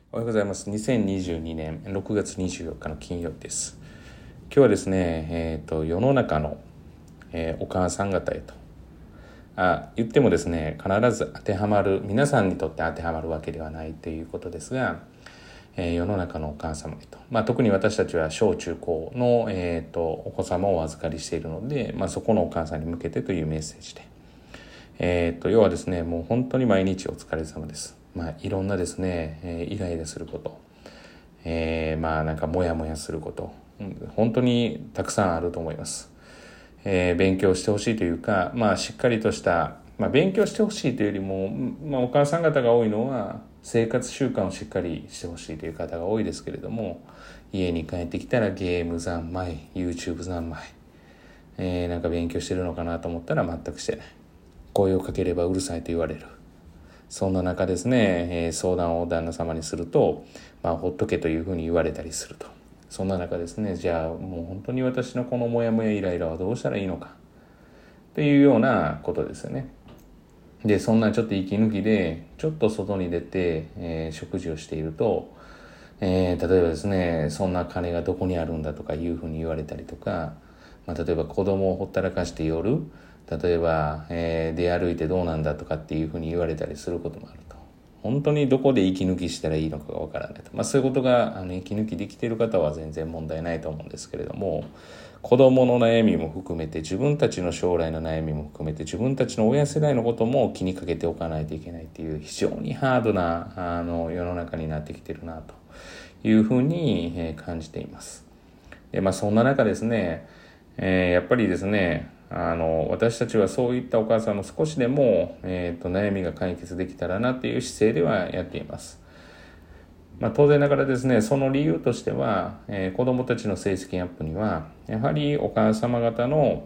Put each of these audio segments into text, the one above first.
おはようございます。2022年6月24日の金曜日です。今日はですね、世の中の、お母さん方へと言ってもですね、必ず当てはまる、皆さんにとって当てはまるわけではないということですが、世の中のお母様へと、特に私たちは小中高の、お子様をお預かりしているので、そこのお母さんに向けてというメッセージで、要はですね、もう本当に毎日お疲れ様です。いろんなですね、イライラすること、なんかモヤモヤすること、本当にたくさんあると思います。勉強してほしいというか、しっかりとした、勉強してほしいというよりも、お母さん方が多いのは生活習慣をしっかりしてほしいという方が多いですけれども、家に帰ってきたらゲーム三昧、YouTube 三昧、なんか勉強してるのかなと思ったら全くしてない。声をかければうるさいと言われる。そんな中ですね、相談を旦那様にすると、ほっとけというふうに言われたりすると。そんな中ですね、じゃあもう本当に私のこのモヤモヤイライラはどうしたらいいのかっていうようなことですよね。で、そんなちょっと息抜きでちょっと外に出て、食事をしていると、例えばですね、そんな金がどこにあるんだとかいうふうに言われたりとか、例えば子供をほったらかして夜、例えば、出歩いてどうなんだとかっていうふうに言われたりすることもあると。本当にどこで息抜きしたらいいのかがわからないと。そういうことが息抜きできている方は全然問題ないと思うんですけれども、子供の悩みも含めて、自分たちの将来の悩みも含めて、自分たちの親世代のことも気にかけておかないといけないっていう非常にハードな世の中になってきてるなというふうに感じています。で、そんな中ですね、やっぱりですね、私たちはそういったお母さんの少しでも、悩みが解決できたらなっていう姿勢ではやっています。当然ながらですね、その理由としては、子どもたちの成績アップにはやはりお母様方の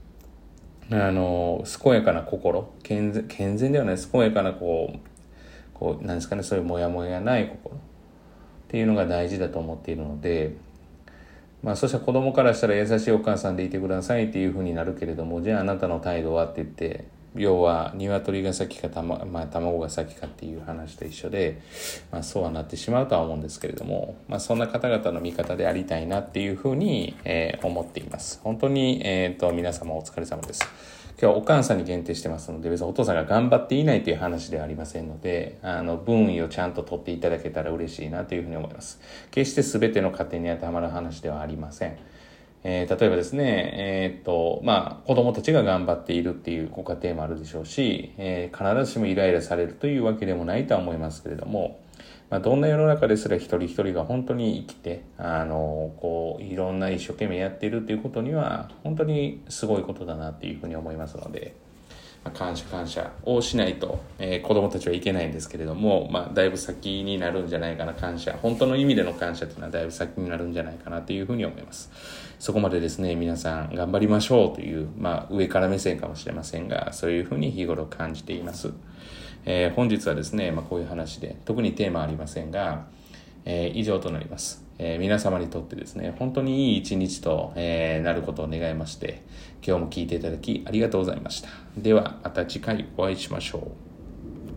健やかな心、健全ではない健やかななんですかね、そういうモヤモヤがない心っていうのが大事だと思っているので、そしたら子供からしたら優しいお母さんでいてくださいっていうふうになるけれども、じゃああなたの態度はって言って、要は鶏が先か卵が先かっていう話と一緒で、そうはなってしまうとは思うんですけれども、そんな方々の味方でありたいなっていうふうに、思っています。本当に、皆様お疲れ様です。今日はお母さんに限定してますので、別にお父さんが頑張っていないという話ではありませんので、分位をちゃんと取っていただけたら嬉しいなというふうに思います。決して全ての家庭に当てはまる話ではありません。例えばですね、子供たちが頑張っているっていうご家庭もあるでしょうし、必ずしもイライラされるというわけでもないとは思いますけれども、どんな世の中ですら一人一人が本当に生きて、いろんな一生懸命やっているということには、本当にすごいことだなっていうふうに思いますので、感謝をしないと、子供たちはいけないんですけれども、だいぶ先になるんじゃないかな、本当の意味での感謝というのはだいぶ先になるんじゃないかなというふうに思います。そこまでですね、皆さん頑張りましょうという、上から目線かもしれませんが、そういうふうに日頃感じています。本日はですね、こういう話で、特にテーマありませんが、以上となります。皆様にとってですね、本当にいい一日と、なることを願いまして、今日も聞いていただきありがとうございました。ではまた次回お会いしましょう。